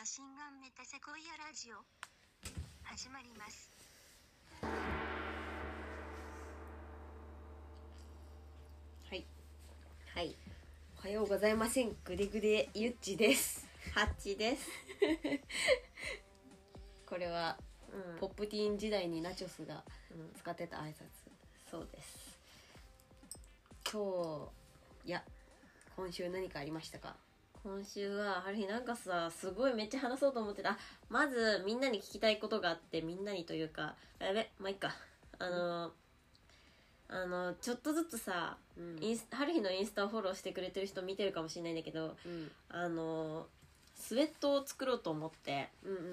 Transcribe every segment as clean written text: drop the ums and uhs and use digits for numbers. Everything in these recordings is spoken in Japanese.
マシンガンメタセコイアラジオ始まります。 はいはい、おはようございません。グデグデゆっちです。 ハッチですこれは、ポップティーン時代にナチョスが使ってた挨拶、 そうです。 今週何かありましたか？ 今週はある日なんかさ、すごいめっちゃ話そうと思ってた。まずみんなに聞きたいことがあって、みんなにというか、やべ、まあいいか。ちょっとずつさ、春日のインスタをフォローしてくれてる人見てるかもしれないんだけど、スウェットを作ろうと思って、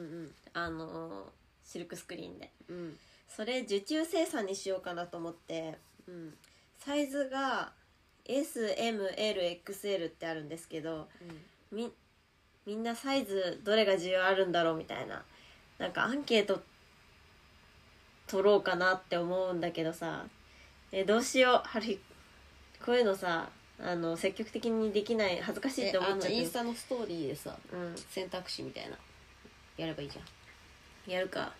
シルクスクリーンで、それ受注生産にしようかなと思って、サイズがS、M、L、XL ってあるんですけど、みんなサイズどれが需要あるんだろうみたいな、なんかアンケート取ろうかなって思うんだけどさ、どうしよう、春日こういうのさ、積極的にできない、恥ずかしいって思っちゃって、 インスタのストーリーでさ、選択肢みたいなやればいいじゃん。 やるか。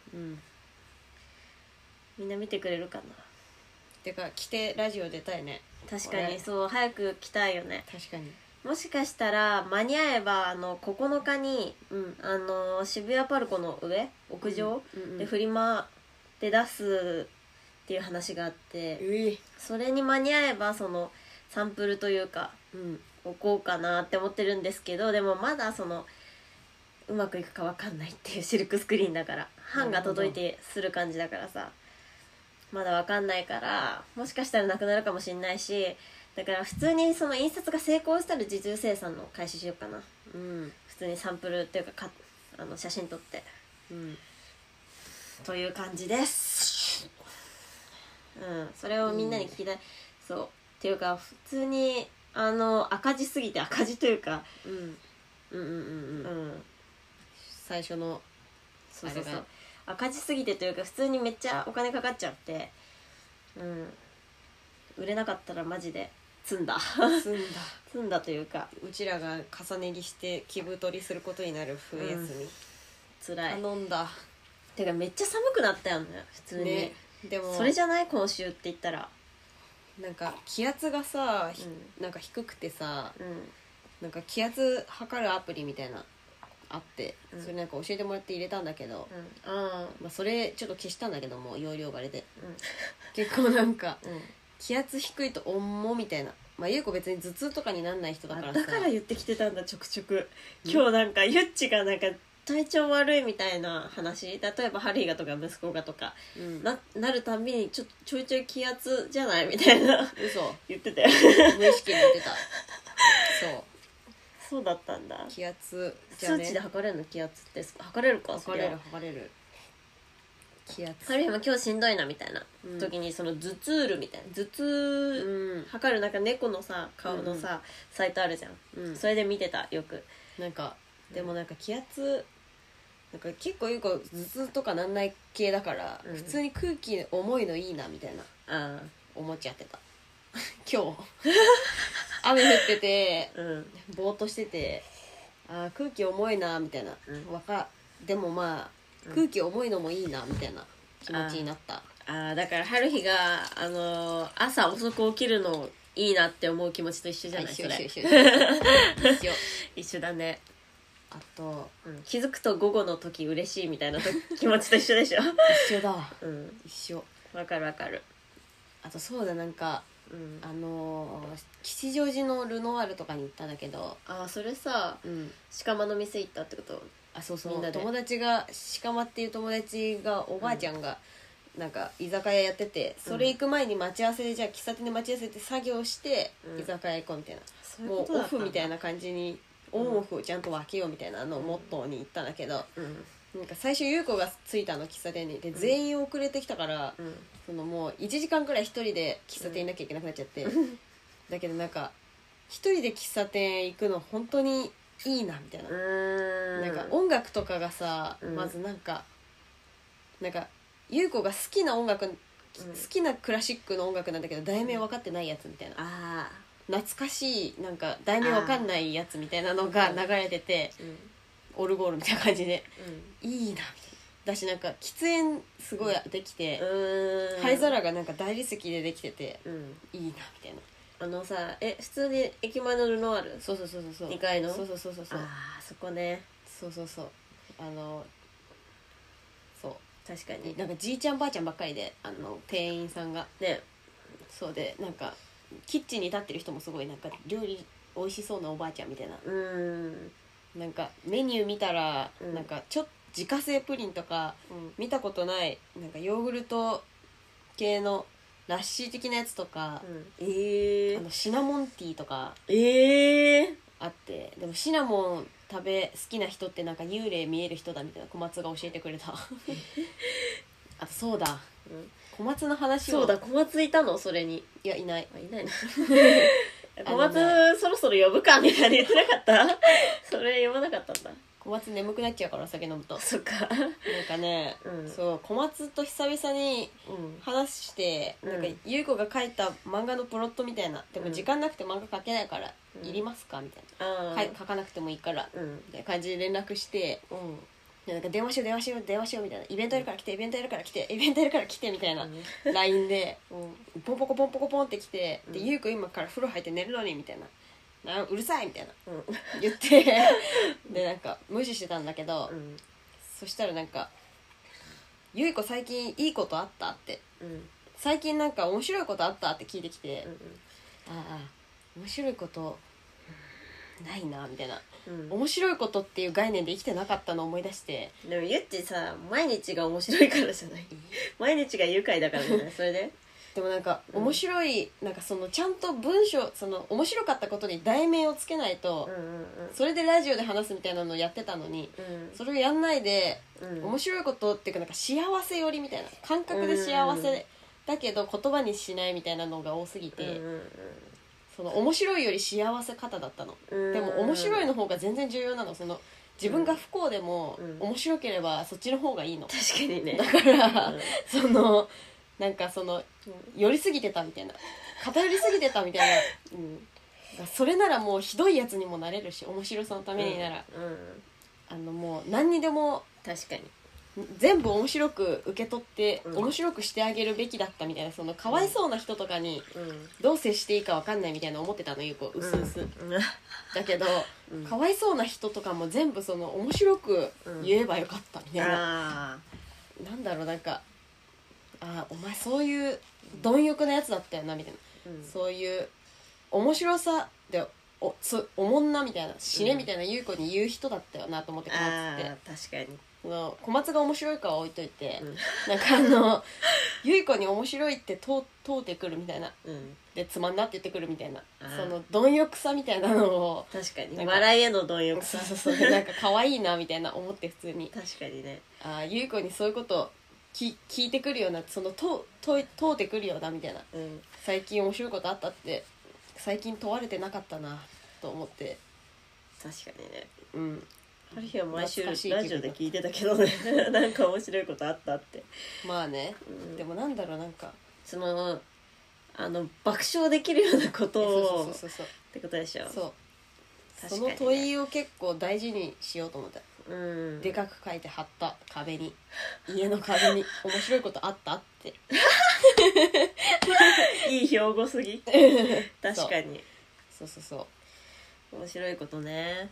みんな見てくれるかな。 てか来てラジオ出たいね。 確かにそう、早く来たいよね。 確かに。 もしかしたら間に合えば9日に、渋谷パルコの上屋上、でフリマで出すっていう話があって、それに間に合えばそのサンプルというか、置こうかなって思ってるんですけど、でもまだうまくいくか分かんないっていう、シルクスクリーンだから版が届いてする感じだからさ、まだ分かんないから、もしかしたらなくなるかもしれないし、だから普通にその印刷が成功したら受注生産の開始しようかな。普通にサンプルっていうか、写真撮って、という感じです。それをみんなに聞きたい。そうっていうか、普通に赤字すぎて、赤字というか、 最初のそう赤字すぎてというか、普通にめっちゃお金かかっちゃって、売れなかったらマジで積んだというか、 うちらが重ね着して寄付取りすることになる冬休み、 辛い。 頼んだ。 てかめっちゃ寒くなったよね、普通に、ね。 でもそれじゃない、今週って言ったらなんか気圧がさ、なんか低くてさ、なんか気圧測るアプリみたいなあって、それなんか教えてもらって入れたんだけど、それちょっと消したんだけども、容量があれで、結構なんか、気圧低いと重みたいな。ゆうこ別に頭痛とかになんない人だからさ、 だから言ってきてたんだ、ちょくちょく。今日なんかゆっちがなんか体調悪いみたいな話、例えばハリーがとか息子がとか、なるたびにちょいちょい気圧じゃないみたいな嘘言ってたよ。 無意識に言ってた。 そうだったんだ。 気圧じゃね、 数値で測れるの？気圧って測れるか？ 測れる。気圧。 ハリーも今日しんどいなみたいな時に、その頭痛るみたいな、頭痛測るなんか猫のさ顔のさ、サイトあるじゃん、それで見てた、よく。 なんかでもなんか気圧なんか結構頭痛とかなんない系だから、普通に空気重いのいいなみたいな思っちゃってた。今日雨降ってて、ぼーっとしてて、空気重いなみたいな、でもまあ、空気重いのもいいなみたいな気持ちになった。 だから春日が朝遅く起きるのいいなって思う気持ちと一緒じゃない？それ一緒だね。 あと、 気づくと午後の時嬉しいみたいな気持ちと一緒でしょ？ 一緒だ。一緒。 わかる。 あとそうだ、なんか吉祥寺のルノワールとかに行ったんだけど、 それさ、鹿間の店行ったってこと？ そうみんなで友達が、鹿間っていう友達が、おばあちゃんがなんか居酒屋やってて、それ行く前に待ち合わせで、じゃあ喫茶店で待ち合わせて作業して、居酒屋行こうみたいな、もうオフみたいな感じに、オンオフをちゃんと分けようみたいなのをモットーに行ったんだけど、なんか最初優子が着いたの、喫茶店に。で全員遅れてきたから、もう1時間くらい一人で喫茶店いなきゃいけなくなっちゃって、だけどなんか一人で喫茶店行くの本当にいいなみたいな。なんか音楽とかがさ、まずなんか優子が好きな音楽、好きなクラシックの音楽なんだけど題名分かってないやつみたいな、懐かしいなんか題名分かんないやつみたいなのが流れてて、 オルゴールみたいな感じでいいなみたいな。だしなんか喫煙すごいできて、灰皿がなんか大理石でできてて、いいなみたいな。 さ普通に駅前のルノワール、 そう 2階の、 そうそこね、 そうそう確かになんかじいちゃんばあちゃんばっかりで店員さんがね、 そうでなんかキッチンに立ってる人もすごいなんか料理美味しそうなおばあちゃんみたいな、なんかメニュー見たら、なんかちょっと自家製プリンとか、見たことないなんかヨーグルト系のラッシー的なやつとか、シナモンティーとかあって、でもシナモン好きな人ってなんか幽霊見える人だみたいな小松が教えてくれたあとそうだ、小松の話を、 そうだ、小松いたの？それにいやいないいないの小松そろそろ呼ぶかみたいに言ってなかったそれ呼ばなかったんだ。 小松眠くなっちゃうからお酒飲むと。 そっかなんかね、そう小松と久々に話して、なんか優子が書いた漫画のプロットみたいな、でも時間なくて漫画書けないから、いりますかみたいな、書かなくてもいいから、みたいな感じで連絡して、でなんか電話しようみたいな、イベントやるから来てイベントやるから来てみたいな、LINE でポンポコって来て、で優子今から風呂入って寝るのにみたいな、うるさいみたいな、言ってでなんか無視してたんだけど、そしたらなんか「ゆい子最近いいことあった?」って、最近なんか面白いことあった?」って聞いてきて、面白いことないなみたいな、面白いことっていう概念で生きてなかったのを思い出して。 でもゆっちさ、毎日が面白いからじゃない？毎日が愉快だからじゃない？それででもなんか面白い、なんかそのちゃんと文章、その面白かったことに題名をつけないと、それでラジオで話すみたいなのをやってたのに、それをやんないで、面白いことっていうかなんか幸せ寄りみたいな感覚で幸せだけど言葉にしないみたいなのが多すぎて、その面白いより幸せ方だったの。でも面白いの方が全然重要なの。その自分が不幸でも面白ければそっちの方がいいの。 確かにね。 だから、そのなんかその寄りすぎてたみたいな、偏りすぎてたみたいな、それならもうひどいやつにもなれるし、面白さのためになら、もう何にでも確かに全部面白く受け取って、面白くしてあげるべきだったみたいな、そのかわいそうな人とかにどう接していいか分かんないみたいな思ってたのよ、こううすうす、だけど、かわいそうな人とかも全部その面白く言えばよかったみたいな、なんだろう、なんかお前そういう貪欲なやつだったよなみたいな、そういう面白さでおもんなみたいな、死ねみたいな優子に言う人だったよなと思って、小松って。 確かにその小松が面白いかは置いといて、なんか優子に面白いって問うてくるみたいな、でつまんなって言ってくるみたいな、その貪欲さみたいなのを、 確かに笑いへの貪欲さ、 そうなんか可愛いなみたいな思って、普通に確かにね、 優子にそういうこと聞いてくるような、その問うてくるようなみたいな、最近面白いことあったって最近問われてなかったなと思って。 確かにね、ある日は毎週ラジオで聞いてたけどねなんか面白いことあったって。 まあね、でもなんだろう、なんかその爆笑できるようなことをってことでしょ。 そう、その問いを結構大事にしようと思った。でかく書いて貼った壁に、家の壁に面白いことあったっていい標語すぎ確かにそう面白いことね、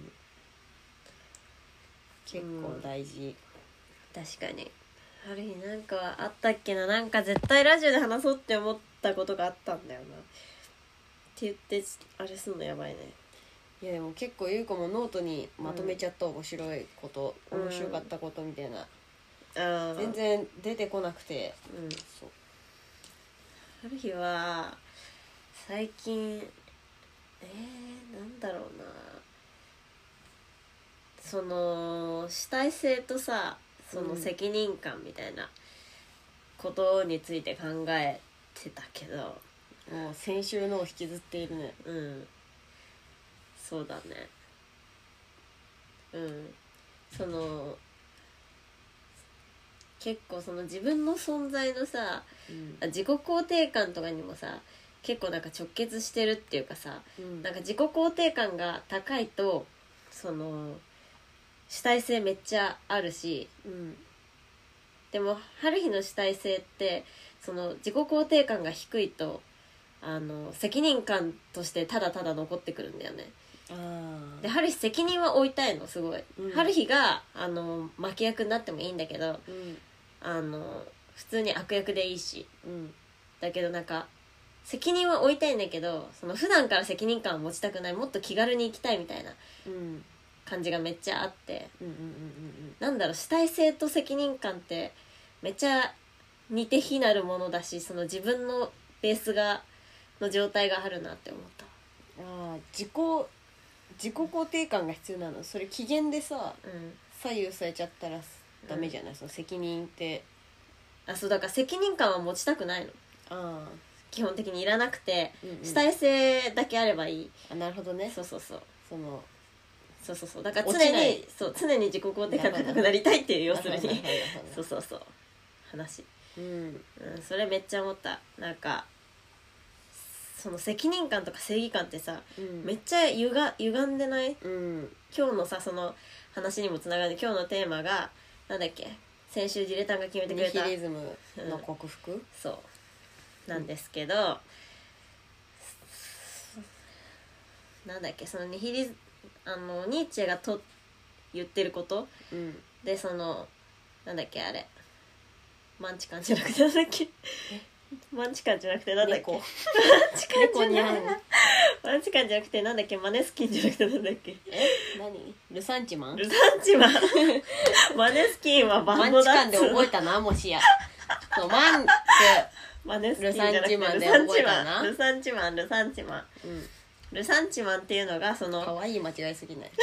結構大事、 確かに。ある日なんかあったっけな、なんか絶対ラジオで話そうって思ったことがあったんだよなって言ってあれすんのやばいね。 いやでも結構優子もノートにまとめちゃった、面白いこと、面白かったことみたいな、全然出てこなくて、そうある日は最近なんだろうな、その主体性とさ、その責任感みたいなことについて考えてたけど、 もう先週のを引きずっているね。 そうだね。その結構その自分の存在のさ、自己肯定感とかにもさ結構なんか直結してるっていうかさ、なんか自己肯定感が高いとその主体性めっちゃあるし、でも春日の主体性ってその自己肯定感が低いと責任感としてただただ残ってくるんだよね。で春日責任は負いたいのすごい、春日が負け役になってもいいんだけど、普通に悪役でいいし、だけどなんか責任は負いたいんだけど、その普段から責任感を持ちたくない、もっと気軽に生きたいみたいな感じがめっちゃあって、なんだろう、主体性と責任感ってめっちゃ似て非なるものだし、その自分のベースの状態があるなって思った。 自己肯定感が必要なの。それ機嫌でさ、左右されちゃったらダメじゃない、その責任って。 そうだから責任感は持ちたくないの。基本的にいらなくて、主体性だけあればいい。 なるほどね。 そうだから常に自己肯定感高くなりたいっていう、要するにそう話、それめっちゃ思った。なんかその責任感とか正義感ってさ、めっちゃ歪んでない？今日のさ、その話にもつながる。今日のテーマがなんだっけ、先週ジレタンが決めてくれたニヒリズムの克服、 そうなんですけど、なんだっけ、そのニーチェが言ってること、でそのなんだっけ、あれマンチカンじゃなくてなんだっけマンチカンじゃなくてなんだっけマンチカンじゃなくてなんだっけ、マネスキンじゃなくてなんだっけ、 何？ルサンチマンマネスキンはバンドだっつうの。 マンチカンで覚えたな、もしや。そう、マンってマネスキンじゃなくてルサンチマン、ルサンチマンっていうのがその可愛い間違いすぎない？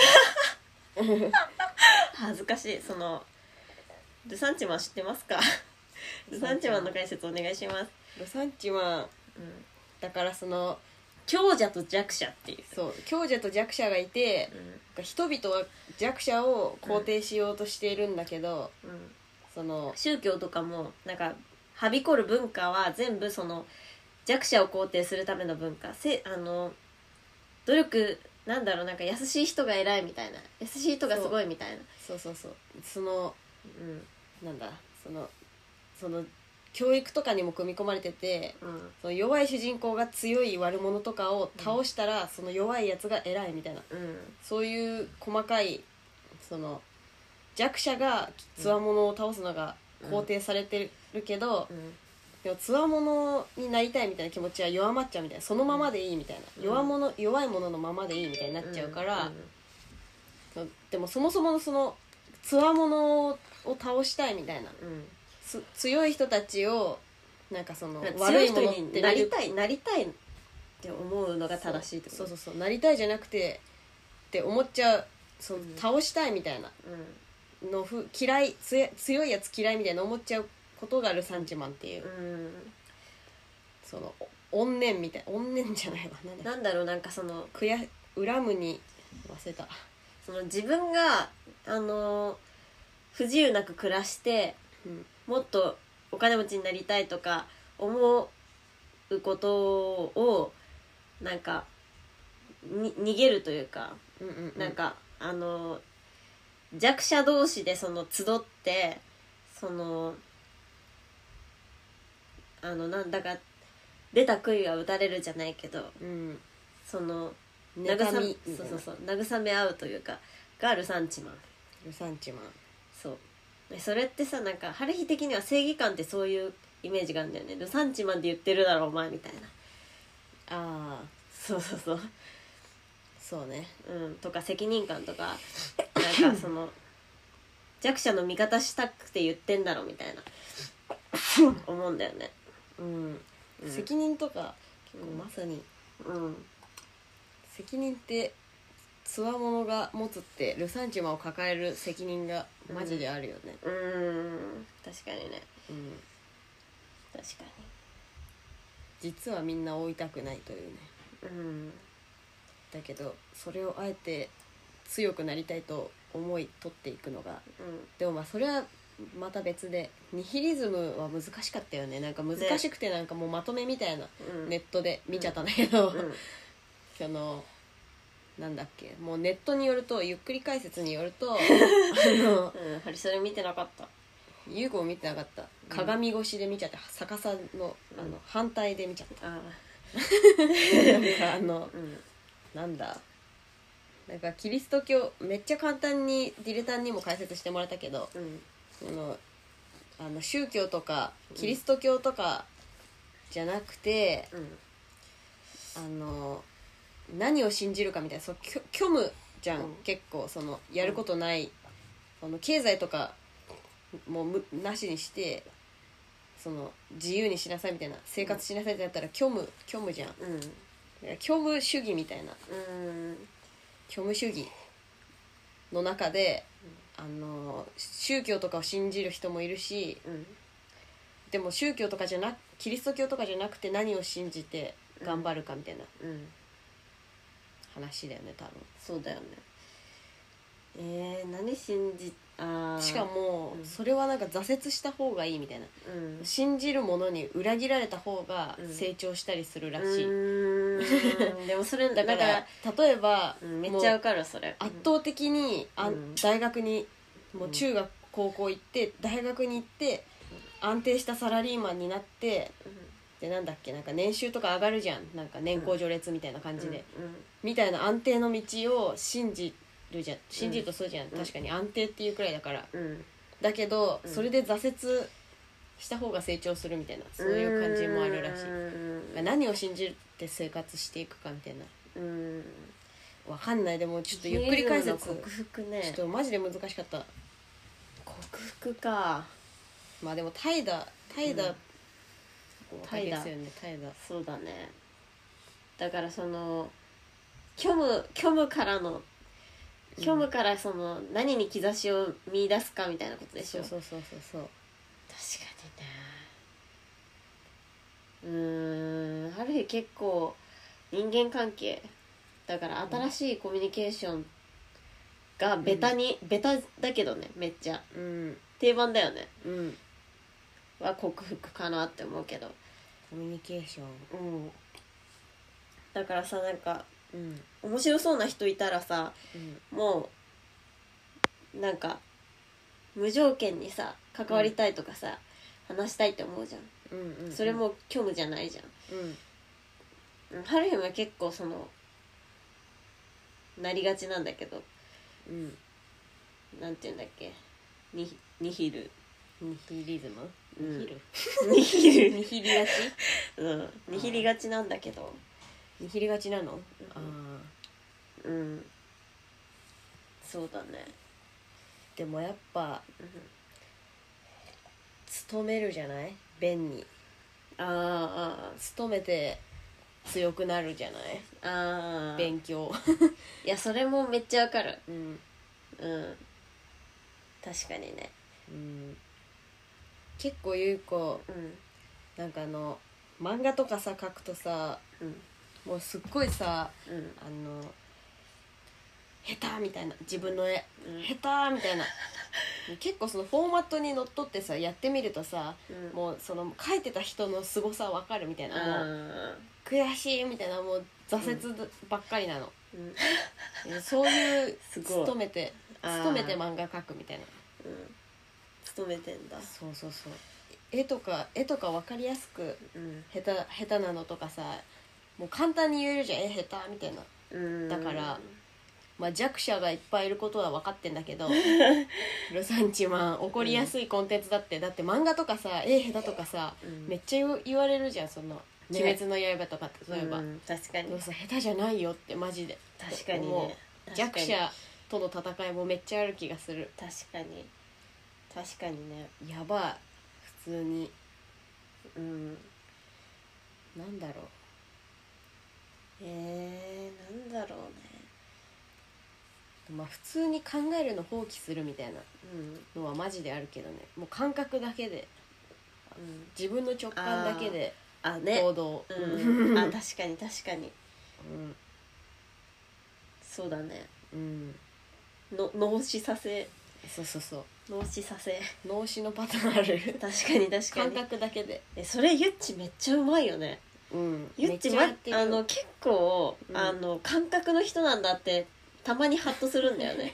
恥ずかしい。そのルサンチマン知ってますか？ルサンチマンの解説お願いします。 ルサンチマン、だからその強者と弱者っていう、 そう、強者と弱者がいて、人々は弱者を肯定しようとしているんだけど、その宗教とかもなんかはびこる文化は全部その弱者を肯定するための文化。努力、なんだろう、なんか優しい人が偉いみたいな、優しい人がすごいみたいな、 その、なんだ、その教育とかにも組み込まれてて、その弱い主人公が強い悪者とかを倒したら、その弱いやつが偉いみたいな、そういう細かい、その弱者が強者を倒すのが肯定されてるけど、でも強者になりたいみたいな気持ちは弱まっちゃうみたいな、そのままでいいみたいな、弱いもののままでいいみたいになっちゃうから、でもそもそものその強者を倒したいみたいな、強い人たちをなんかその悪いものってなりたいって思うのが正しいってこと。 そうなりたいじゃなくてって思っちゃう、倒したいみたいなの嫌い、強いやつ嫌いみたいな思っちゃうことがルサンチマンっていう、その怨念みたいな、怨念じゃないわ、 なんだろう、なんかその恨むに忘れた、 その自分が不自由なく暮らして、もっとお金持ちになりたいとか思うことをなんか逃げるというか、なんか弱者同士でその集ってそのなんだか出た杭は打たれるじゃないけど、その慰め合うというかがルサンチマン。そうそれってさ、なんか春日的には正義感ってそういうイメージがあるんだよね。ルサンチマンって言ってるだろお前みたいな。そうね、とか責任感とかなんかその弱者の味方したくて言ってんだろみたいな思うんだよね。 責任とか結構まさに、責任って強者が持つってルサンチマンを抱える責任がマジであるよね。 確かにね。確かに。 実はみんな追いたくないというね。だけどそれをあえて強くなりたいと思い取っていくのが、でもまあそれはまた別で、ニヒリズムは難しかったよね。なんか難しくて、なんかもうまとめみたいな、ネットで見ちゃったんだけど、そのなんだっけ、もうネットによると、ゆっくり解説によるとハリそれ見てなかった。 優子も見てなかった。鏡越しで見ちゃって、逆さの反対で見ちゃった。なんかなんだ、なんかキリスト教めっちゃ簡単にディレタンにも解説してもらったけど、宗教とかキリスト教とかじゃなくて、何を信じるかみたいな、虚無じゃん、結構そのやることない、その経済とかもうなしにして、その自由にしなさいみたいな、生活しなさいってなったら虚無じゃん、虚無主義みたいな、虚無主義の中で、宗教とかを信じる人もいるし、でも宗教とかじゃなく、キリスト教とかじゃなくて何を信じて頑張るかみたいな話だよね、多分。 そうだよね。何信じ、 しかも、それはなんか挫折した方がいいみたいな、信じるものに裏切られた方が成長したりするらしい、 でもそれだから例えば、 めっちゃわかるそれ。 圧倒的に大学にもう中学高校行って大学に行って安定したサラリーマンになって、でなんだっけ、なんか年収とか上がるじゃん、なんか年功序列みたいな感じで、みたいな安定の道を信じるとそうじゃん、確かに安定っていうくらいだから、だけど、それで挫折した方が成長するみたいな、そういう感じもあるらしい。何を信じて生活していくかみたいな、わかんない。でもちょっとゆっくり解説、 克服ね、 ちょっとマジで難しかった。 克服か。 まあでも怠惰ですよね、怠惰。 そうだね。だからその虚無からその何に兆しを見出すかみたいなことでしょ。 そう確かにね。ある日結構人間関係だから新しいコミュニケーションがベタだけどね、めっちゃ、定番だよね、は克服かなって思うけど、 コミュニケーション、 だからさ、なんか、面白そうな人いたらさ、もうなんか無条件にさ関わりたいとかさ、話したいって思うじゃん、それも虚無じゃないじゃん。ハルヒムは結構そのなりがちなんだけど、なんて言うんだっけ、ニヒルリズム、 ニヒリがち、 ニヒリがちなんだけど、 ニヒリがちなの、 そうだね。 でもやっぱ、勤めるじゃない、弁に勤めて強くなるじゃない、勉強いやそれもめっちゃわかる。確かにね。 結構優子、なんか漫画とかさ書くとさ、もうすっごいさ、下手みたいな、自分の絵、下手みたいな結構そのフォーマットにのっとってさやってみるとさ、もうその書いてた人の凄さ分かるみたいな、もう悔しいみたいな、もう挫折ばっかりなの、そういう勤めて漫画描くみたいな、 勤めてんだ。 そう絵とか分かりやすく、下手なのとかさ、もう簡単に言えるじゃん、下手みたいな、だからまあ、弱者がいっぱいいることは分かってんだけどルサンチマン怒りやすいコンテンツだって、だって漫画とかさ下手とかさ、めっちゃ言われるじゃん、その「鬼滅の刃」とか例えば、 確かに下手じゃないよってマジで、 確かにね、 弱者との戦いもめっちゃある気がする。 確かにね、 やばい、普通に、なんだろう、 なんだろうね。 まあ普通に考えるの放棄するみたいなのはマジであるけどね、もう感覚だけで、自分の直感だけで行動、 確かに、そうだね、脳死させ、 そう脳死させ、 脳死のパターンある確かに感覚だけで、 それゆっちめっちゃうまいよね。 ゆっち、結構、感覚の人なんだってたまにハッとするんだよね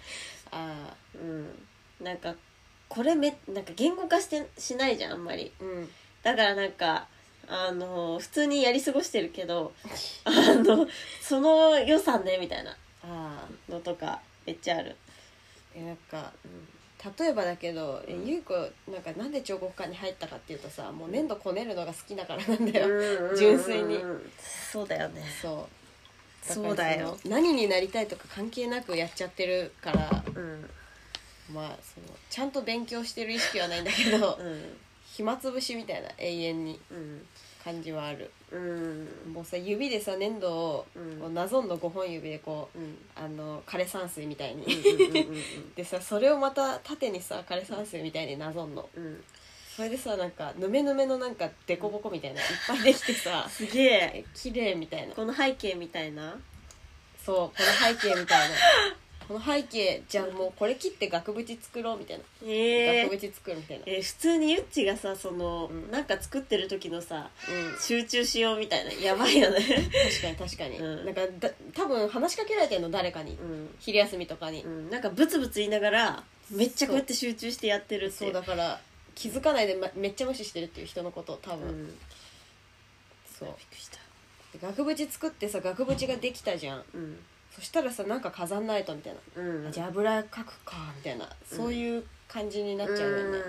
なんかこれなんか言語化しないじゃんあんまり、だからなんか普通にやり過ごしてるけどその良さねみたいなのとかめっちゃある。 なんか、例えばだけど、ゆうこなんで彫刻科に入ったかっていうとさ、もう粘土こねるのが好きだからなんだよ、純粋に。 そうだよね。 そうだよ。何になりたいとか関係なくやっちゃってるから、まあちゃんと勉強してる意識はないんだけど、暇つぶしみたいな永遠に感じはある。もうさ指でさ粘土をこうなぞんの5本指でこう、枯山水みたいにでさそれをまた縦にさ枯山水みたいになぞんの、それでさなんかヌメヌメのなんかデコボコみたいないっぱいできてさすげえ綺麗みたいな、 この背景みたいな、 そうこの背景みたいなこの背景じゃあもうこれ切って額縁作ろうみたいな、額縁作るみたいな、 普通にゆっちがさなんか作ってる時のさ、集中しようみたいなやばいよね確かに、なんか多分話しかけられてんの誰かに、昼休みとかに、 なんかブツブツ言いながらめっちゃこうやって集中してやってるって。 そうだから気づかないで、めっちゃ無視してるっていう人のこと多分、そうびっくりした。額縁作ってさ額縁ができたじゃん、そしたらさなんか飾んないとみたいな、じゃあ油描くかみたいな、そういう感じになっちゃうよね、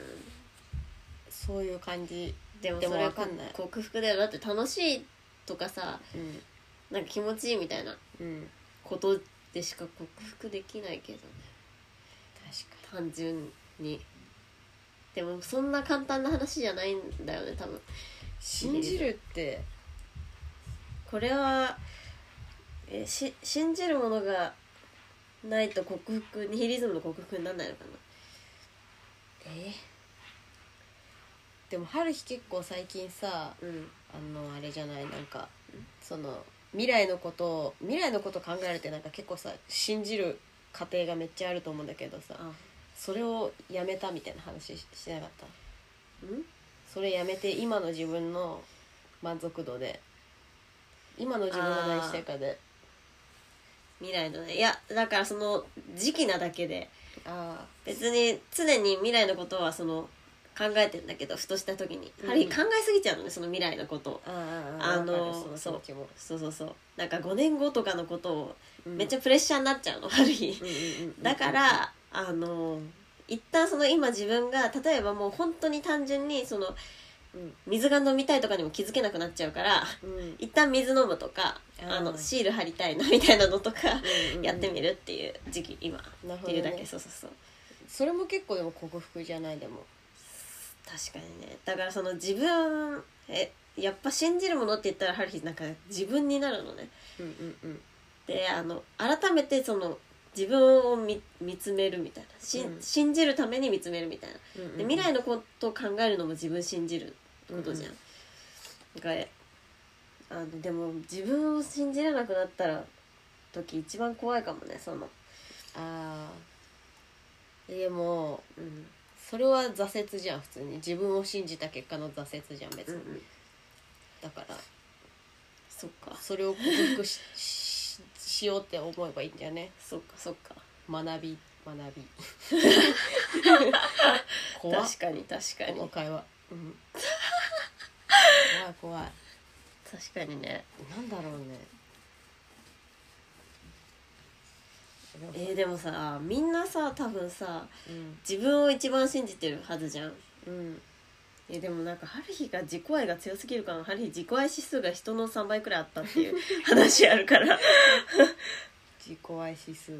そういう感じ。 でもそれは克服だよ。だって楽しいとかさ、なんか気持ちいいみたいなことでしか克服できないけどね、確かに単純に。でもそんな簡単な話じゃないんだよね多分。 信じるってこれは信じるものがないとニヒリズムの克服にならないのかな。 でも春日結構最近さ、あれじゃない、なんかその未来のこと考えるってなんか結構さ信じる過程がめっちゃあると思うんだけどさ、それをやめたみたいな話してなかった？それやめて今の自分の満足度で今の自分が何したいかで未来のね、いやだからその時期なだけで、別に常に未来のことは考えてんだけど、ふとした時に考えすぎちゃうのねその未来のことを。そうなんか5年後とかのことをめっちゃプレッシャーになっちゃうのある日だから一旦今自分が例えばもう本当に単純に水が飲みたいとかにも気づけなくなっちゃうから、一旦水飲むとかシール貼りたいなみたいなのとかやってみるっていう時期今っていうだけ。 それも結構でも克服じゃない？でも確かにね。だから自分やっぱ信じるものって言ったら春日なんか自分になるのね、で改めて自分を見つめるみたいな、信じるために見つめるみたいな、で未来のことを考えるのも自分信じることじゃん、でも自分を信じれなくなったら時一番怖いかもね。 でも、それは挫折じゃん。普通に自分を信じた結果の挫折じゃん別に、だからそっか、 それを克服しようって思えばいいんじゃね。 そっか学び怖っ。確かにこの会話、怖い確かにね。 なんだろうね。でもさみんなさ多分さ、自分を一番信じてるはずじゃん。でもなんか春日が自己愛が強すぎるから、春日自己愛指数が人の3倍くらいあったっていう話あるから自己愛指数。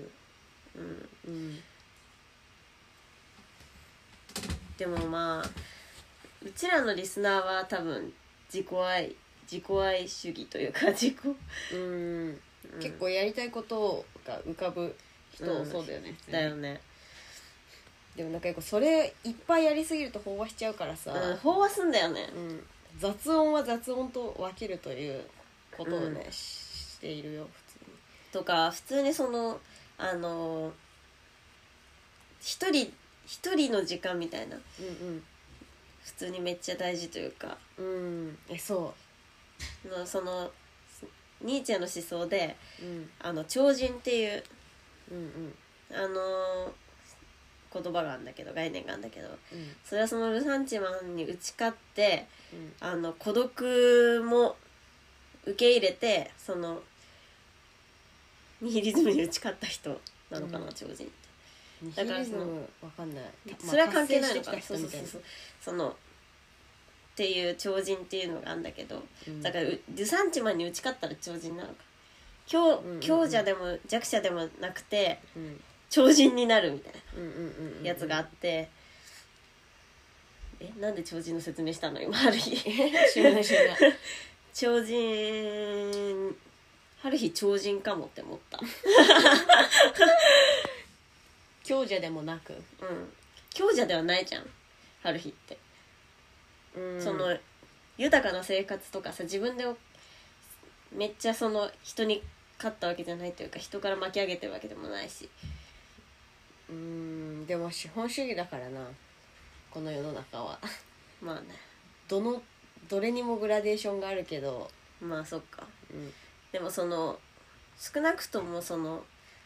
でもまあうちらのリスナーは多分自己愛主義というか結構やりたいことが浮かぶ人、そうだよね。 だよね。 でもなんかそれいっぱいやりすぎると飽和しちゃうからさ、 飽和すんだよね。 雑音は雑音と分けるということをね、しているよ普通に。 とか普通に一人の時間みたいな、普通にめっちゃ大事というか、 そうそのニーチェの思想でうん超人っていううん言葉があるんだけど、概念があるんだけど、 うんそれはそのルサンチマンに打ち勝って、 うん孤独も受け入れて、そのニヒリズムに打ち勝った人なのかな、超人って。 ニヒリズムわかんない、 それは関係ないのか、 達成してきた人みたいなそのっていう超人っていうのがあるんだけど、 うんだからルサンチマンに打ち勝ったら超人なのか、 うん強者でも弱者でもなくてうん超人になるみたいうんうんうんなやつがあって、なんで超人の説明したの今ある日知らない知らない超人春日超人かもって思った強者でもなく、 強者ではないじゃん春日って、その豊かな生活とかさ、自分でめっちゃその人に勝ったわけじゃないというか、人から巻き上げてるわけでもないし、 でも資本主義だからな、この世の中はまあね、 どれにもグラデーションがあるけど、 まあそっか。 うんでもその少なくともその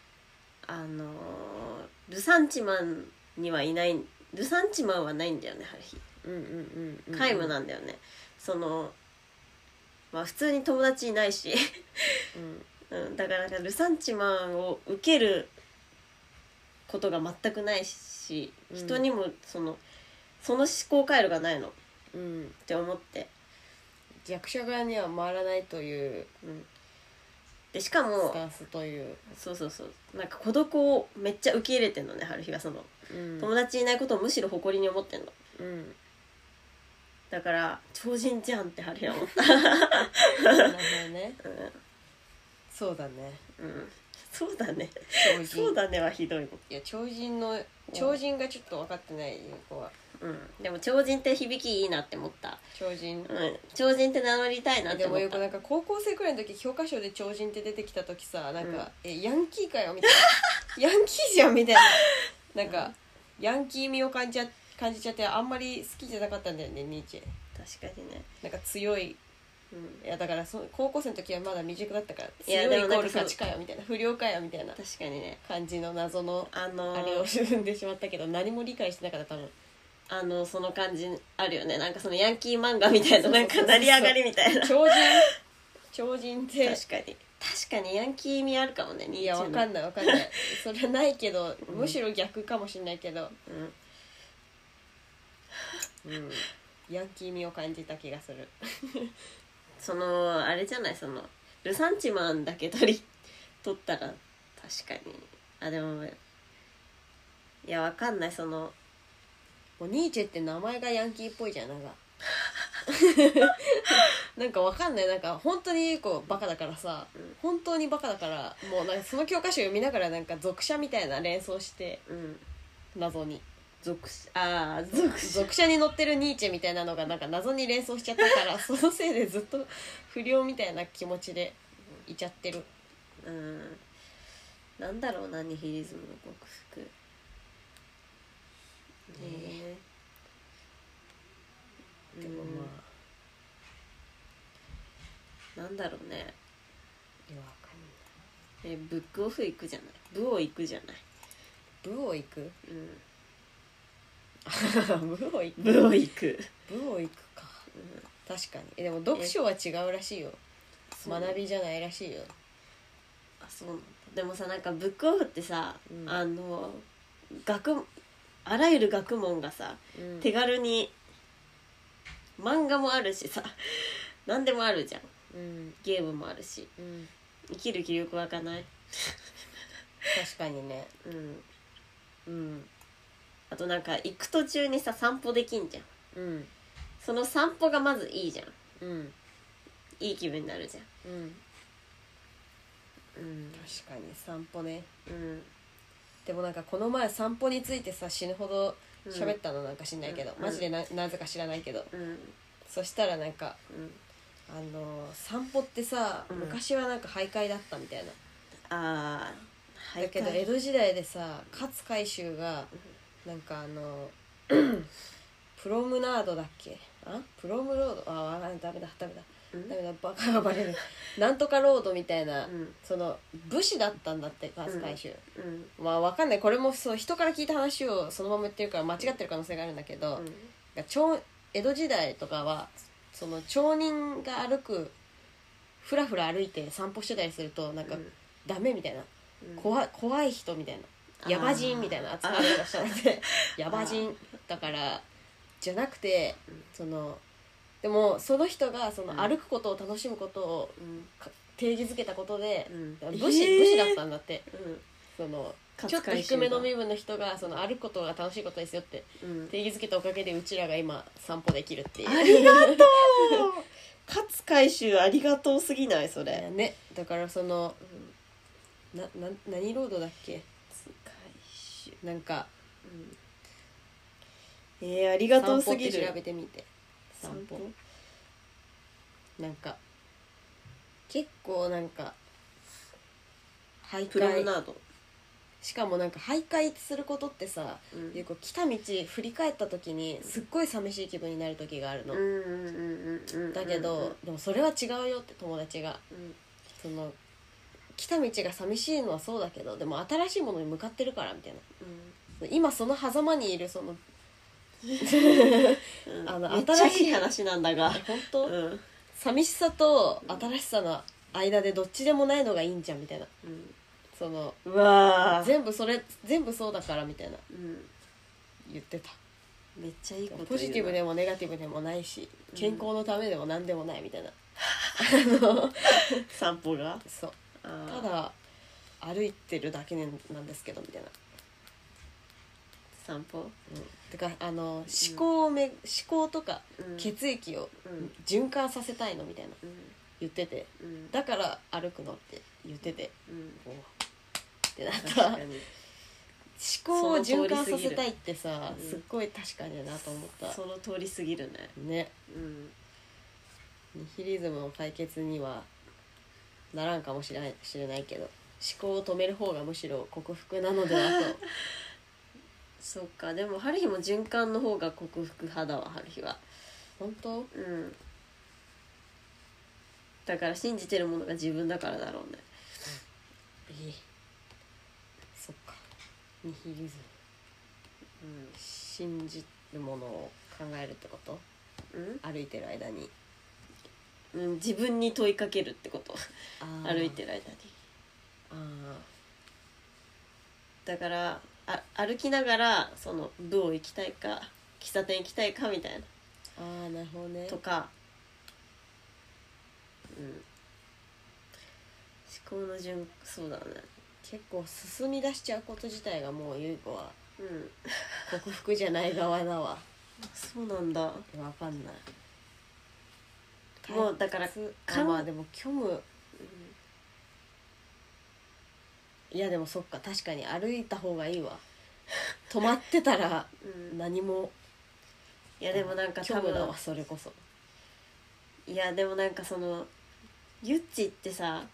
ルサンチマンにはいない、ルサンチマンはないんだよね、春日。 うんうんうん皆無なんだよね。そのまあ普通に友達いないしだからなんかルサンチマンを受けることが全くないし、人にもその思考回路がないのっうんて思って、 弱者側には回らないというでしかもスタンスという、 そうなんか孤独をめっちゃ受け入れてんのね、春日は。その友達いないことをむしろ誇りに思ってんの。だから超人じゃんって春日は思ったなるほどね、そうだね、 そうだね超人そうだねはひどいもん。 いや超人がちょっと分かってないよ子は。 でも超人って響きいいなって思った。 超人、 超人って名乗りたいなってでも思った。 よくなんか高校生くらいの時教科書で超人って出てきた時さ、なんか、ヤンキーかよみたいなヤンキーじゃんみたいな、なんか、ヤンキー味を感じちゃってあんまり好きじゃなかったんだよね、ニーチェ。 確かにね。 なんか強い、いやだから高校生の時はまだ未熟だったから、 いや強いイコールでもなんか勝ちかよみたいな、不良かよみたいな確かにね。 感じの謎のあれを生んでしまったけど、何も理解してなかった多分。 その感じあるよね。なんかそのヤンキー漫画みたいな、なんか成り上がりみたいな。 超人って確かにヤンキー味あるかもね。 いやわかんないそれはないけど、むしろ逆かもしれないけど、ヤンキー味を感じた気がするそのあれじゃない、そのルサンチマンだけ取ったら確かに。でもいやわかんない、そのもうニーチェって名前がヤンキーっぽいじゃん、なんかなんかわかんない、なんか本当にこうバカだからさ、本当にバカだからもうなんかその教科書読みながらなんか属者みたいな連想して、謎に属者に載ってるニーチェみたいなのがなんか謎に連想しちゃったからそのせいでずっと不良みたいな気持ちでいちゃってる。 なんだろうな、ニヒリズムの克服。 でもまあなんだろうね。 いやわかんない。 ブックオフ行くじゃない、部を行くじゃない。 部を行く部を行くか、確かに。でも読書は違うらしいよ、学びじゃないらしいよ。 そうなんだ。でもさ、なんかブックオフってさ、あらゆる学問がさ、手軽に漫画もあるしさ何でもあるじゃん、ゲームもあるし、生きる気力湧かない？ 確かにね。 あとなんか行く途中にさ散歩できんじゃん、その散歩がまずいいじゃん、いい気分になるじゃん。 確かに散歩ね。でもなんかこの前散歩についてさ死ぬほど喋ったの、なんか知んないけど、マジでなぜか知らないけど、そしたらなんか、散歩ってさ、昔はなんか徘徊だったみたいな。だけど江戸時代でさ勝海舟がなんかプロムナードだっけ、プロムロード、ダメだダメだバカがバレるなんとかロードみたいな、 うんその武士だったんだって勝海舟、 うんまあわかんないこれもそう人から聞いた話をそのまま言ってるから間違ってる可能性があるんだけど、江戸時代とかはその町人が歩くふらふら歩いて散歩してたりするとなんかダメみたいな、怖い人みたいなヤバ人みたいな扱いをしたのでヤバ人だからじゃなくてそのでもその人がその歩くことを楽しむことを定義づけたことで、武士だったんだって、そのちょっと低めの身分の人がその歩くことが楽しいことですよって定義づけたおかげでうちらが今散歩できるっていう。 ありがとう勝海舟ありがとうすぎないそれね、だからその、何ロードだっけなんか、 ありがとうすぎる。 散歩って調べてみて散歩なんか結構なんか徘プロム徊ナードしかもなんか徘徊することってさ、結構来た道振り返った時にすっごい寂しい気分になる時があるの、だけどでもそれは違うよって友達が、その来た道が寂しいのはそうだけどでも新しいものに向かってるからみたいな、今その狭間にいるそのめっちゃいい話なんだが本当、寂しさと新しさの間でどっちでもないのがいいんじゃんみたいな、そのうわ全部そうだからみたいな、言ってた。 めっちゃいいこと言うな。 ポジティブでもネガティブでもないし健康のためでも何でもないみたいな、 散歩がそうただ歩いてるだけなんですけどみたいな散歩、 てか思考とか血液を循環させたいのみたいな言ってて、だから歩くのって言ってて、おってなった。思考を循環させたいってさ、すっごい確かになと思った。 その通りすぎるね。 ね、ニヒリズムの解決にはならんかもしれないけど思考を止める方がむしろ克服なのではとそっか、でも春日も循環の方が克服派だわ。春日は本当？ だから信じてるものが自分だからだろうね。 そっか、ニヒリズム、信じるものを考えるってこと？歩いてる間に、 自分に問いかけるってこと歩いてる間に。だから歩きながらその部を行きたいか喫茶店行きたいかみたいな。 なるほどね。 とか、思考のそうだね。 結構進み出しちゃうこと自体がもうゆい子は、克服じゃない側だわ。 そうなんだ。 わかんない。 もうだからまあでも虚無、いやでもそっか、確かに歩いた方がいいわ。止まってたら何も、 いやでもなんか虚無だわそれこそ。 いやでもなんかそのゆっちってさ、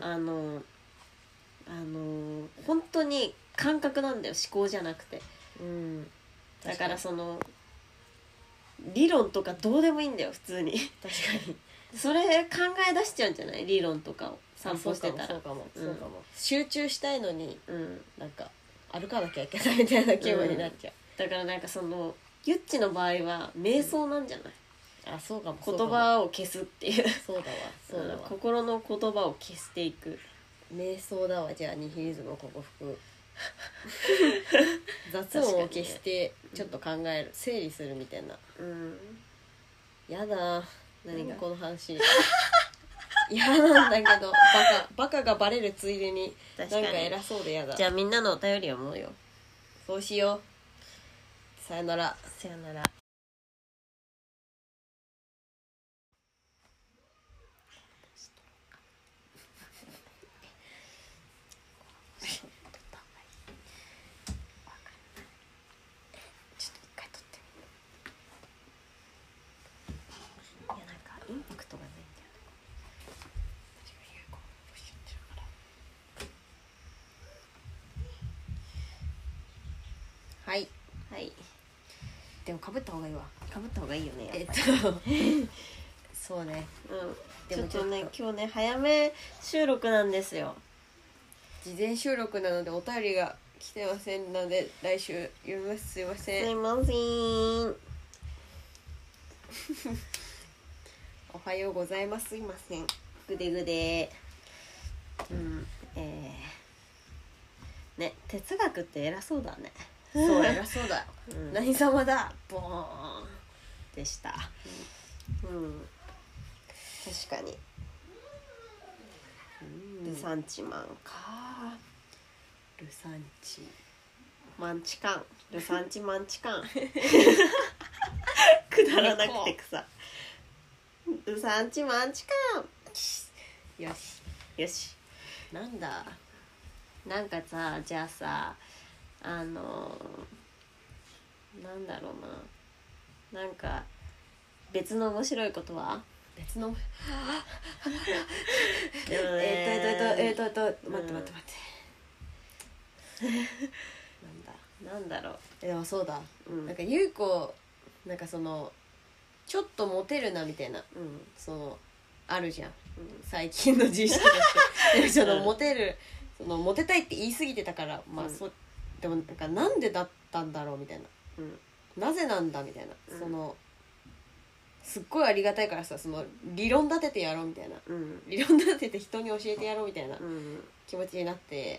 本当に感覚なんだよ、思考じゃなくて。だからその理論とかどうでもいいんだよ普通に。 確かにそれ考え出しちゃうんじゃない？理論とかを散歩してたら。 そうかも、集中したいのに、なんか歩かなきゃいけないみたいな気分になっちゃう、 だからなんかそのゆっちの場合は瞑想なんじゃない？ そうかも。 言葉を消すっていう。 そうだわ、 心の言葉を消していく瞑想だわ。じゃあニヒリズムを克服雑音を消してちょっと考える、整理するみたいな。やだ、何がこの話嫌なんだけど、バカがバレるついでになんか偉そうでやだ。 じゃあみんなのお便り読もうよ。 そうしよう。さよなら。 さよなら。インパクトがないんだよね。 はいはい。 でも被った方がいいわ。 被った方がいいよね。 そうね。 ちょっとね今日ね早め収録なんですよ。 事前収録なのでお便りが来てませんので来週読みます。すいません。 すいません。 おはようございます。すいません。 ぐでぐで。ね、哲学って偉そうだね。 そう偉そうだよ。何様だ。ボーンでした。確かに。ルサンチマンか。 ルサンチマンチカン。ルサンチマンチカン。くだらなくて草。ルサンチマンチカン。 よしよし。 なんだ。 なんかさ、じゃあさ、なんだろうな。なんか別の面白いことは？ 別のでもね待ってなんだろう。 でもそうだ、なんか優子なんかそのちょっとモテるなみたいな、そのあるじゃん、最近の自意識としてでそのモテる、そのモテたいって言い過ぎてたから、まあでもなんでだったんだろうみたいな、なぜなんだみたいな、そのすっごいありがたいからさ、その理論立ててやろうみたいな、理論立てて人に教えてやろうみたいな気持ちになって、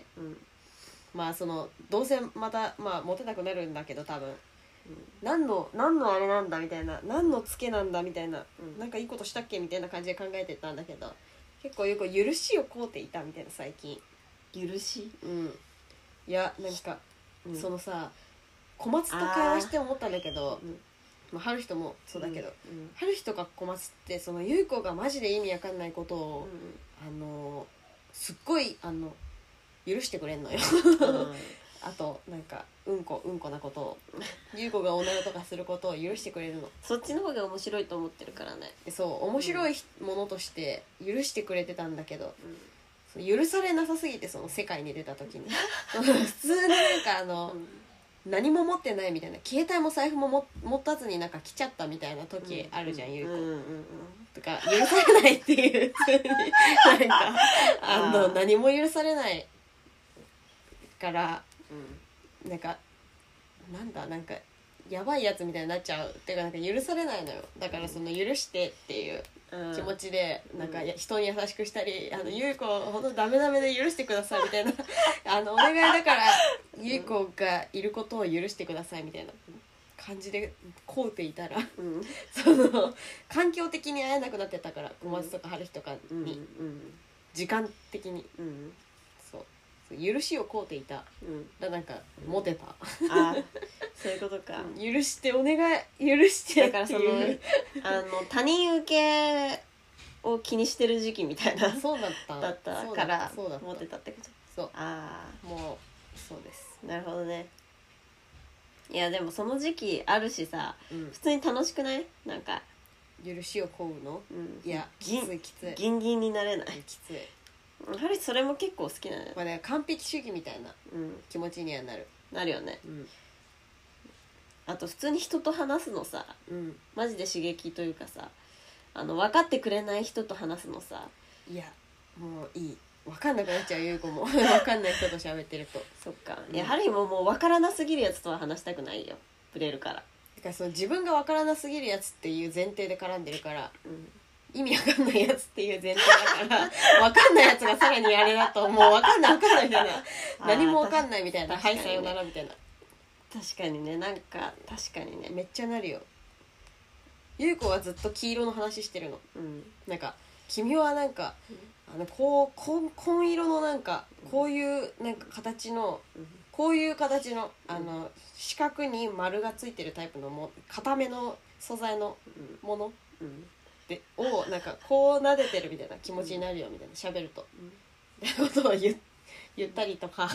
まあそのどうせまたまあモテなくなるんだけど多分、何のあれなんだみたいな、何のツケなんだみたいな、なんかいいことしたっけみたいな感じで考えてたんだけど、結構よく許しを請うていたみたいな最近。 許し？ いやなんか、そのさ小松と会話して思ったんだけど、まあ、春日もそうだけど、春日とか小松ってその優子がマジで意味わかんないことを、すっごい許してくれんのよあとなんかうんこなことを優子がおならとかすることを許してくれるの。 そっちの方が面白いと思ってるからね。 でそう面白いものとして許してくれてたんだけど、許されなさすぎて、その世界に出た時に普通のなんか何も持ってないみたいな、携帯も財布も持たずになんか来ちゃったみたいな時あるじゃん、優子とか許されないっていうなんか何も許されないから、なんかなんかやばいやつみたいになっちゃうっていうか、なんか許されないのよ。だからその許してっていう気持ちでなんか人に優しくしたり、優子ほんとダメで許してくださいみたいなお願いだから優子がいることを許してくださいみたいな感じで請うていたら、その環境的に会えなくなってたから、小松とか春日とかに、時間的に、そう許しを請うていた、なんかモテたそういうことか。 許してお願い許してだからその他人受けを気にしてる時期みたいなそうだったからそうだったモテたってこと。 そうもうそうです。 なるほどね。いやでもその時期あるしさ、普通に楽しくない？なんか許しを請うの、いやきついギンギンになれない？ きつい。 ハリそれも結構好きなのよ。 まあね、完璧主義みたいな気持ちにはなるよね。あと普通に人と話すのさ、マジで刺激というかさ、分かってくれない人と話すのさ、 いやもういい、分かんなくなっちゃう優子も分かんない人と喋ってると。 そっか、いやハリももう分からなすぎるやつとは話したくないよ、ブレるから。 だからその自分が分からなすぎるやつっていう前提で絡んでるから、意味わかんないやつっていう前提だからわかんないやつがさらにあれだと、もうわかんないみたいな何もわかんないみたいな、はいさよならみたいな。 確かにね、なんか確かにね、 めっちゃなるよ。優子はずっと黄色の話してるの、なんか君はなんか紺色のなんかこういうなんか形の、こういう形の四角に丸がついてるタイプの固めの素材のもの、をなんかこう撫でてるみたいな気持ちになるよみたいな、喋ると、みたいなことを言ったりとか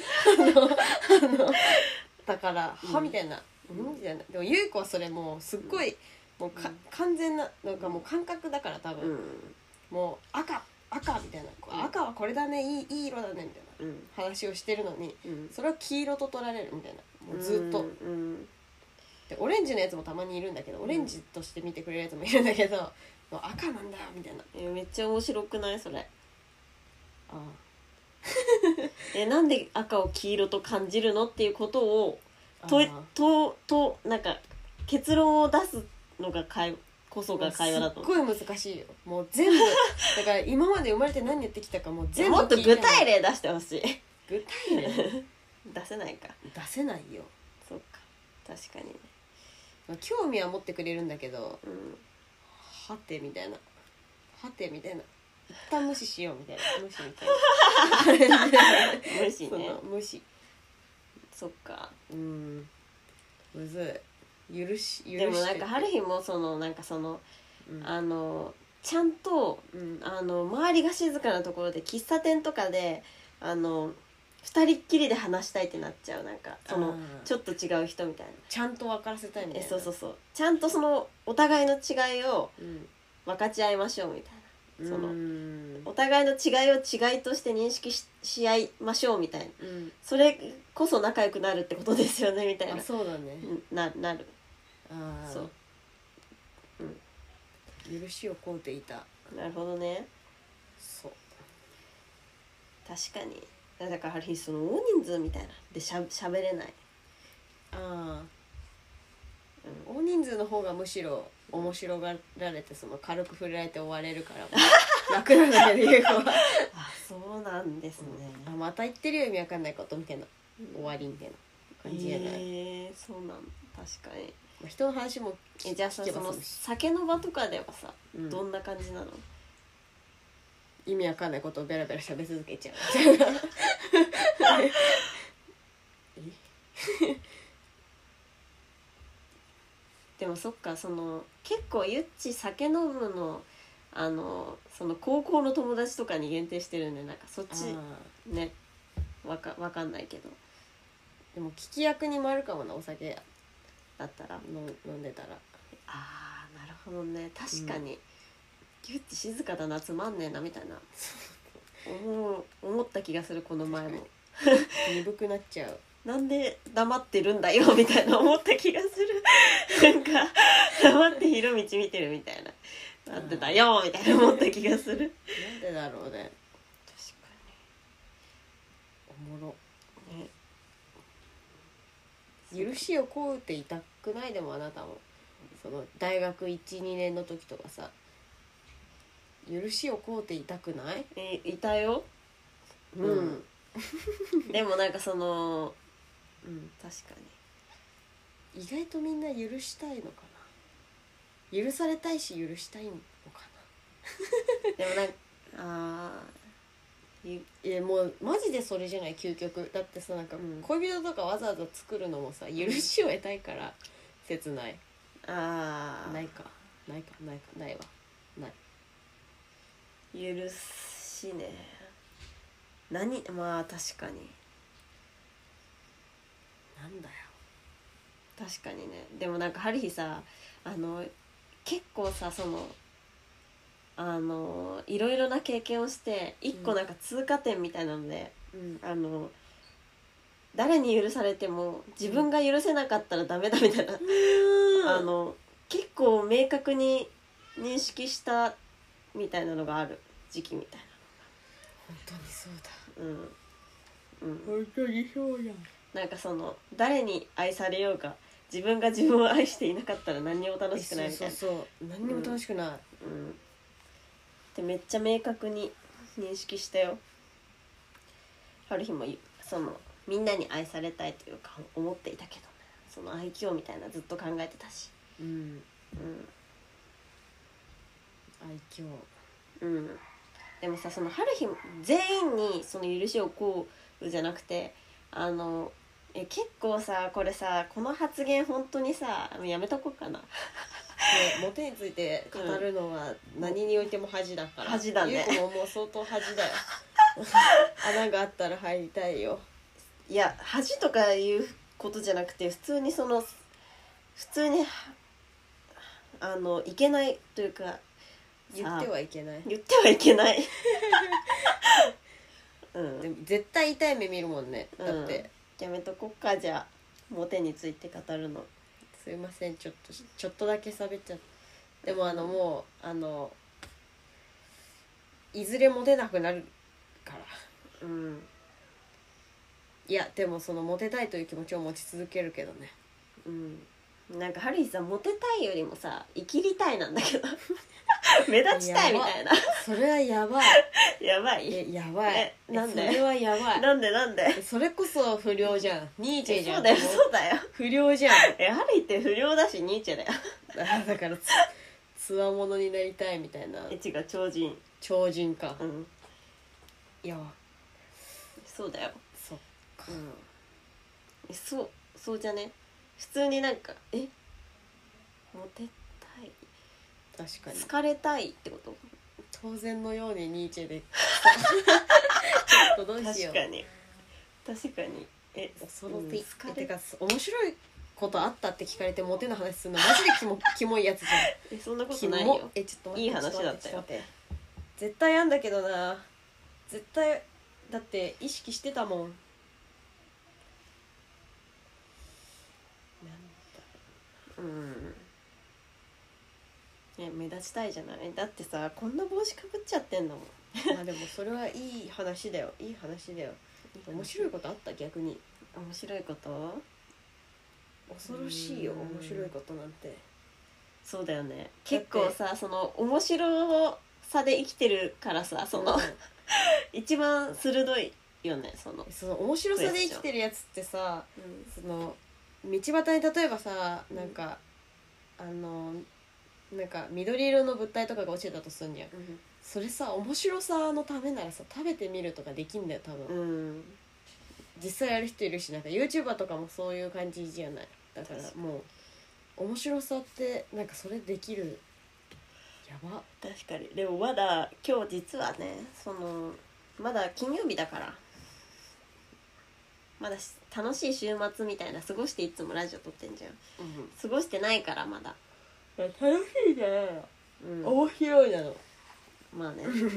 だからはみたいな、みたいな。でも優子はそれもうすっごいもう完全ななんかもう感覚だから多分、もう赤みたいな、赤はこれだね、いい色だねみたいな話をしてるのに、それは黄色と取られるみたいな、もうずっと。でオレンジのやつもたまにいるんだけど、オレンジとして見てくれるやつもいるんだけど、 赤なんだよみたいな。 めっちゃ面白くないそれ。 あなんで赤を黄色と感じるのっていうことをあなんか結論を出すのがこそが会話だと思う。 すっごい難しいよ。もう全部だから今まで生まれて何言ってきたかもう全部もっと具体例出してほしい。 具体例出せないか。 出せないよ。 そっか、確かにね。 興味は持ってくれるんだけど、 うんはてみたいな、はてみたいな、一旦無視しようみたいな、無視みたいな無視ね。 無視。 そっか。 むずい。許してでもなんか春日もなんかちゃんと、周りが静かなところで喫茶店とかで二人っきりで話したいってなっちゃう。なんかちょっと違う人みたいな、 ちゃんと分からせたいみたいな。 そうちゃんとお互いの違いを分かち合いましょうみたいな、お互いの違いを違いとして認識 し合いましょうみたいな、それこそ仲良くなるってことですよねみたいな。 そうだね。 なる。そう、 許しを請うていた。 なるほどね。 そう、 確かに。だから大人数みたいなでしゃべれない。 大人数の方がむしろ面白がられて軽く触れられて終われるから楽なんだけど言う子はそうなんですね。 また言ってるよ意味わかんないことみたいな、終わりみたいな感じじゃない。 そうなん、確かに。 人の話もじゃあさ、酒の場とかではさ、どんな感じなの？ 意味わかんないことをベラベラ喋り続けちゃうでもそっか、結構ゆっち酒飲むの高校の友達とかに限定してるんで、なんかそっちね、わかんないけど、 でも聞き役に回るかもな、お酒だったら飲んでたら。 なるほどね。確かに、ゆっち静かだな、つまんねえなみたいな思った気がする。この前も鈍くなっちゃう。 なんで黙ってるんだよみたいな思った気がするなんか黙って広道見てるみたいな、なってたよみたいな思った気がする。 なんでだろうね。 確かおもろにね。 許しを請うていたくない？でもあなたも大学 1,2 年の時とかさ、許しを請うていたくない？ いたよ。でもなんか確かに意外とみんな許したいのかな。許されたいし許したいのかなでもなんかいやもうマジでそれじゃない究極。だってさ、なんか恋人とかわざわざ作るのもさ、許しを得たいから切ない。ないわ許しね。まあ確かになんだよ。 確かにね。でもなんか春日さ、結構さいろいろな経験をして一個なんか通過点みたいなので、誰に許されても自分が許せなかったらダメだみたいな、結構明確に認識したみたいなのがある時期みたい本当にそうだ。 本当にそうや。 なんか誰に愛されようが自分が自分を愛していなかったら何にも楽しくないみたいな。 そう何にも楽しくない。 でめっちゃ明確に認識したよ。ある日もみんなに愛されたいというか思っていたけど、愛嬌みたいなずっと考えてたし。 愛嬌。 でもさ、春日全員に許しを請うじゃなくて、結構さ、これさ、この発言本当にさ、やめとこうかなモテについて語るのは何においても恥だから。 恥だね。 ゆうこももう相当恥だよ穴があったら入りたいよ。 いや、恥とかいうことじゃなくて、普通にいけないというか、 言ってはいけない。 言ってはいけないでも絶対痛い目見るもんね。だって、 やめとこっか。じゃあモテについて語るの。 すいません、ちょっとだけ喋っちゃっでももういずれモテなくなるからいやでもそのモテたいという気持ちを持ち続けるけどね。 なんかハリーさモテたいよりもさ生きりたいなんだけど目立ちたいみたいな。 それはやばいやばい。 やばい。 なんでそれはやばい。 なんでそれこそ不良じゃん。ニーチェじゃん。 そうだよ不良じゃん。 ハリーって不良だしニーチェだよ。 だからつわものになりたいみたいな。 違う超人。 超人か。いやそうだよ。 そっか。 そうじゃね。普通になんかモテたい。 確かに好かれたいってこと。 当然のようにニーチェでちょっとどうしよう。 確かに恐ろしい。てか面白いことあったって聞かれてモテの話するのマジでキモいやつじゃん。 そんなことないよ。 ちょっと待って、 いい話だったよ。 絶対あんだけどな。絶対だって意識してたもん。 目立ちたいじゃない。だってさこんな帽子かぶっちゃってんだもん。 まあでもそれはいい話だよ。いい話だよ。面白いことあった？逆に面白いこと？ 恐ろしいよ面白いことなんて。 そうだよね。結構さその面白さで生きてるからさその、一番鋭いよね。その面白さで生きてるやつってさ、その道端に例えばさなんかなんか緑色の物体とかが落ちてたとすんじゃん、それさ面白さのためならさ食べてみるとかできんだよ多分、実際やる人いるし、なんか YouTuber とかもそういう感じじゃない。だからもう面白さってなんかそれできる。やば。 確かに。でもまだ今日実はねそのまだ金曜日だからまだ楽しい週末みたいな過ごしていつもラジオ撮ってんじゃん、過ごしてないからまだ。 楽しいじゃないの、面白いなの。 まあね面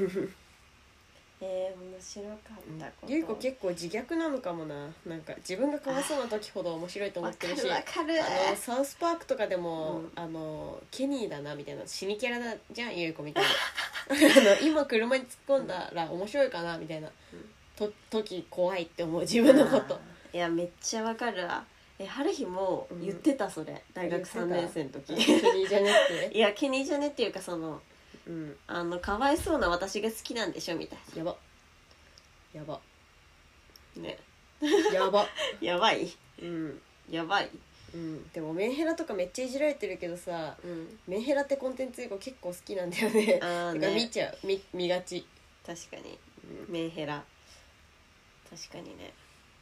白かったこと。 ゆいこ結構自虐なのかもな。なんか自分がかわいそうな時ほど面白いと思ってるし、 わかるサウスパークとかでも、ケニーだなみたいな死にキャラだじゃんゆいこみたいな今車に突っ込んだら面白いかなみたいな、時怖いって思う自分のこと。 いやめっちゃわかるわ。春日も言ってたそれ、大学3年生の時。 ケニーじゃねって。 いやケニーじゃねっていうかそのかわいそうな私が好きなんでしょみたいな。 やばねやばやばいやばい。 でもメンヘラとかめっちゃいじられてるけどさ、メンヘラってコンテンツ結構好きなんだよね。だから見ちゃう、見がち。 確かに、メンヘラ確かにね。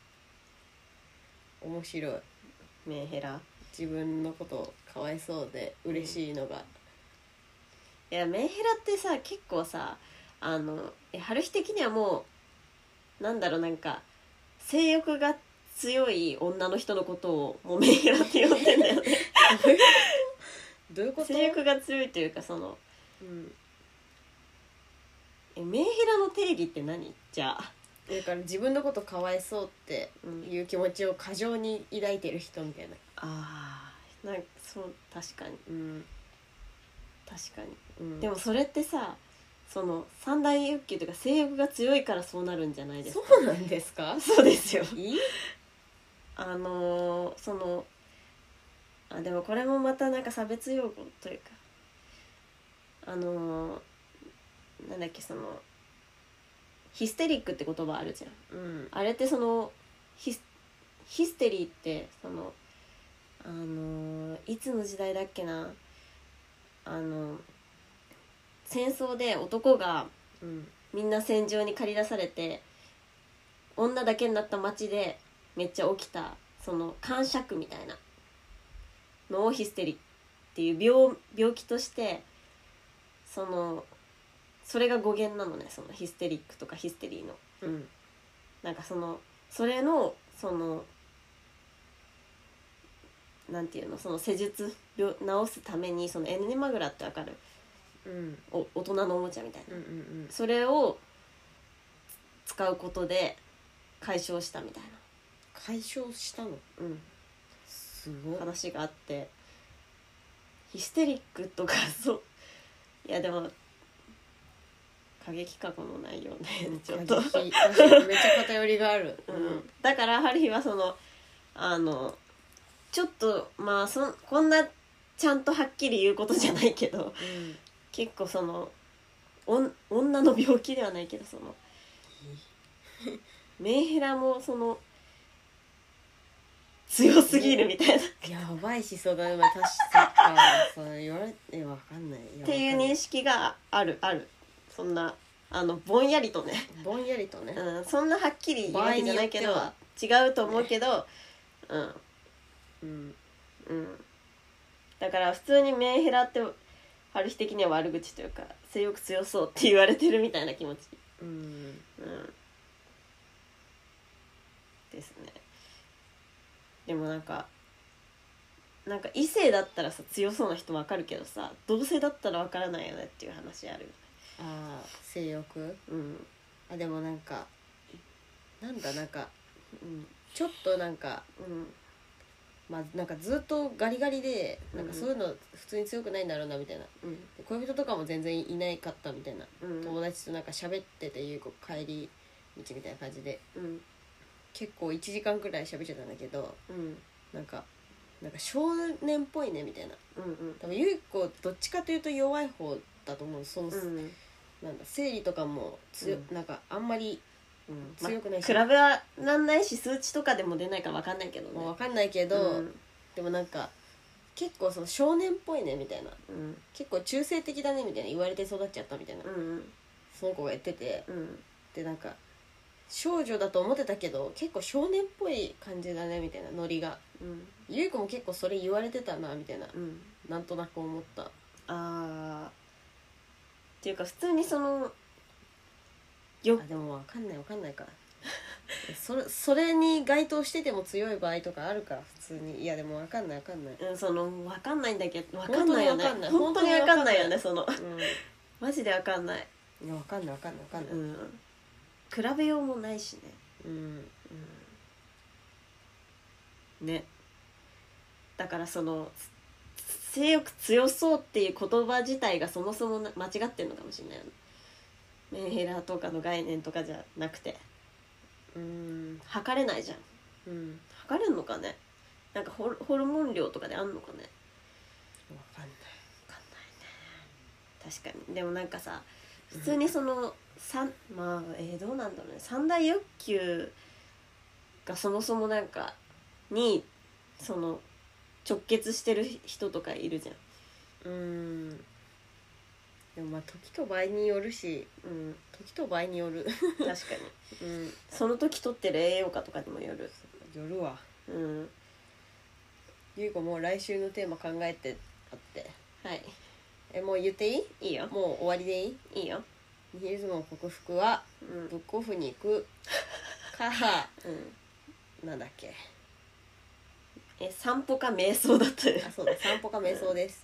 面白い。 メンヘラ自分のことかわいそうで嬉しいのが、 いやメンヘラってさ結構さ春日的にはもうなんだろう、なんか性欲が強い女の人のことをもうメンヘラって呼んでんだよねどういうこと？ 性欲が強いというかその、メンヘラの定義って何？じゃあだから自分のことかわいそうっていう気持ちを過剰に抱いてる人みたいな。 なんかそう確かに、確かに、でもそれってさその三大欲求というか性欲が強いからそうなるんじゃないですか。 そうなんですか？ そうですよ。 そのでもこれもまたなんか差別用語というかなんだっけそのヒステリックって言葉あるじゃん、あれってそのヒステリーってそのいつの時代だっけな、戦争で男がみんな戦場に駆り出されて女だけになった街でめっちゃ起きたその癇癪みたいなのをヒステリーっていう病気としてそれが語源なのね、そのヒステリックとかヒステリーの、なんかそれのなんていうの、その施術治すためにそのエネマグラってわかる？大人のおもちゃみたいな、それを使うことで解消したみたいな。 解消したの？すごい話があって、 ヒステリックとかそういやでも過激かこの内容ねちょっと確かにめっちゃ偏りがある、 だからハリーはそのちょっとまあこんなちゃんとはっきり言うことじゃないけど、結構その女の病気ではないけどそのメンヘラもその強すぎるみたいなやばいしそうだね、まあ、確かそう言われてわかんないっていう認識があるそんなぼんやりとねぼんやりとね、 そんなはっきり言うわけじゃないけど違うと思うけど、だから普通にメンヘラって春日的には悪口というか性欲強そうって言われてるみたいな気持ちですね。でもなんか異性だったらさ強そうな人わかるけどさ同性だったらわからないよねっていう話あるよね。 ああ性欲、あでもなんかちょっとなんか、まあなんかずっとガリガリでなんかそういうの普通に強くないんだろうなみたいな、恋人とかも全然いないかったみたいな、友達となんか喋ってて優子帰り道みたいな感じで、結構1時間くらい喋っちゃったんだけど、なんか少年っぽいねみたいな、多分優子どっちかというと弱い方だと思う。その、なんだ生理とかもなんかあんまり強くないし、 比べはなんないし数値とかでも出ないから分かんないけどね、 分かんないけど、でもなんか結構その少年っぽいねみたいな、結構中性的だねみたいな言われて育っちゃったみたいな、その子が言ってて、でなんか少女だと思ってたけど結構少年っぽい感じだねみたいなノリが、優子も結構それ言われてたなみたいな、なんとなく思った。 っていうか普通にそのでも分かんないかそれに該当してても強い場合とかあるから普通に。いやでも分かんないその分かんないんだけど分かんないよね本当に分かんないよねその、マジで分かんない。 いや分かんない、 比べようもないしね。ねだからその性欲強そうっていう言葉自体がそもそも間違ってるのかもしれないよね。メンヘラとかの概念とかじゃなくて測れないじゃん。測れんのかね。なんかホルモン量とかであんのかね。 分かんないね。 確かに。でもなんかさ普通にそのまあどうなんだろうね、三大欲求がそもそもなんかにその直結してる人とかいるじゃん。 でもまあ時と場合によるし、時と場合による確かに、その時取ってる栄養価とかにもよるわ。優子もう来週のテーマ考えてあって。 はい。 もう言っていい？ いいよ。 もう終わりでいい？ いいよ。 ニヒリズムの克服は、ブックオフに行くか、なんだっけ、 散歩か瞑想だったよ。 そうだ、散歩か瞑想です。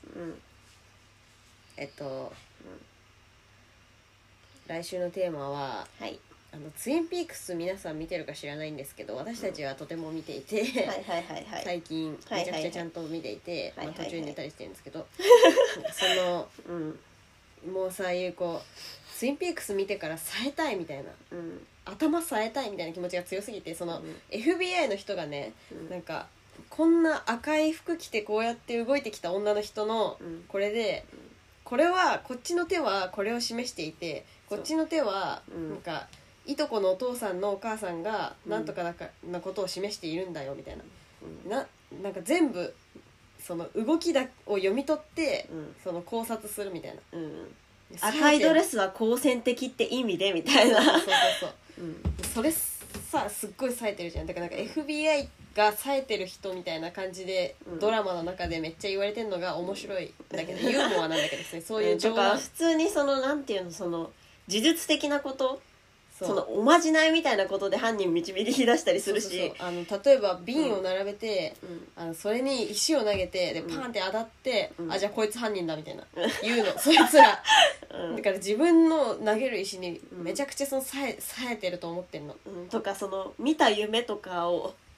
来週のテーマは、ツインピークス皆さん見てるか知らないんですけど、私たちはとても見ていて、最近めちゃくちゃちゃんと見ていて、途中に寝たりしてるんですけど、その、もうさ、優子ツインピークス見てから冴えたいみたいな、頭冴えたいみたいな気持ちが強すぎて、その、FBI の人がね、なんかこんな赤い服着てこうやって動いてきた女の人のこれで、これはこっちの手はこれを示していて、こっちの手はなんかいとこのお父さんのお母さんがなんとかなことを示しているんだよみたいな、なんか全部その動きを読み取って、その考察するみたいな、 赤いドレスは好戦的って意味でみたいな。 それさすっごい冴えてるじゃん。だからなんか FBI が冴えてる人みたいな感じで、ドラマの中でめっちゃ言われてるのが面白いんだけど、ユーモアなんだけどですね、そういうとか普通にそのなんていうの、その呪術的なこと、そのおまじないみたいなことで犯人導き出したりするし、 例えば瓶を並べて、それに石を投げてでパンって当たって、じゃあこいつ犯人だみたいな言うのそいつら、だから自分の投げる石にめちゃくちゃその冴えてると思ってんの、 とかその見た夢とかを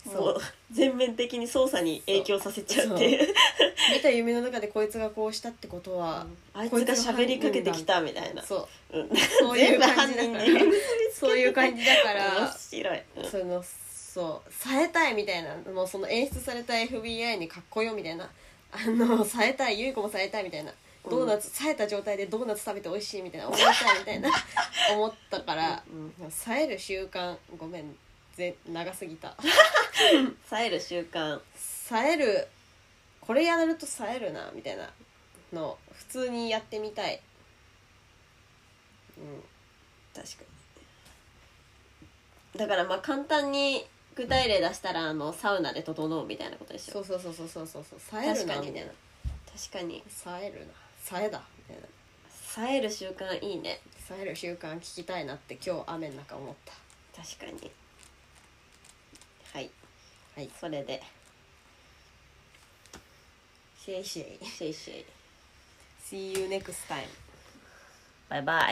もう全面的に操作に影響させちゃうっていう見た夢の中でこいつがこうしたってことは、 あいつが喋りかけてきたみたいな、 そう、 うん、 そういう感じだからそういう感じだから面白い、 そう冴えたいみたいな、もうその演出された FBI にかっこよみたいな、冴えたい、ゆい子も冴えたいみたいな、ドーナツ冴えた状態でドーナツ食べて美味しいみたいな思いたいみたいな思ったから、冴える習慣、ごめん長すぎた冴える習慣、 冴える、これやると冴えるなみたいなの普通にやってみたい。 確かに。だからまあ簡単に具体例出したらサウナで整うみたいなことでしょ。 そう冴えるなみたいな。 確かに冴えるな、冴えだみたいな。 冴える習慣いいね。 冴える習慣聞きたいなって今日雨の中思った。 確かに。はいはい、 それでシェイシェイシェイシェイ See you next time. バイバイ。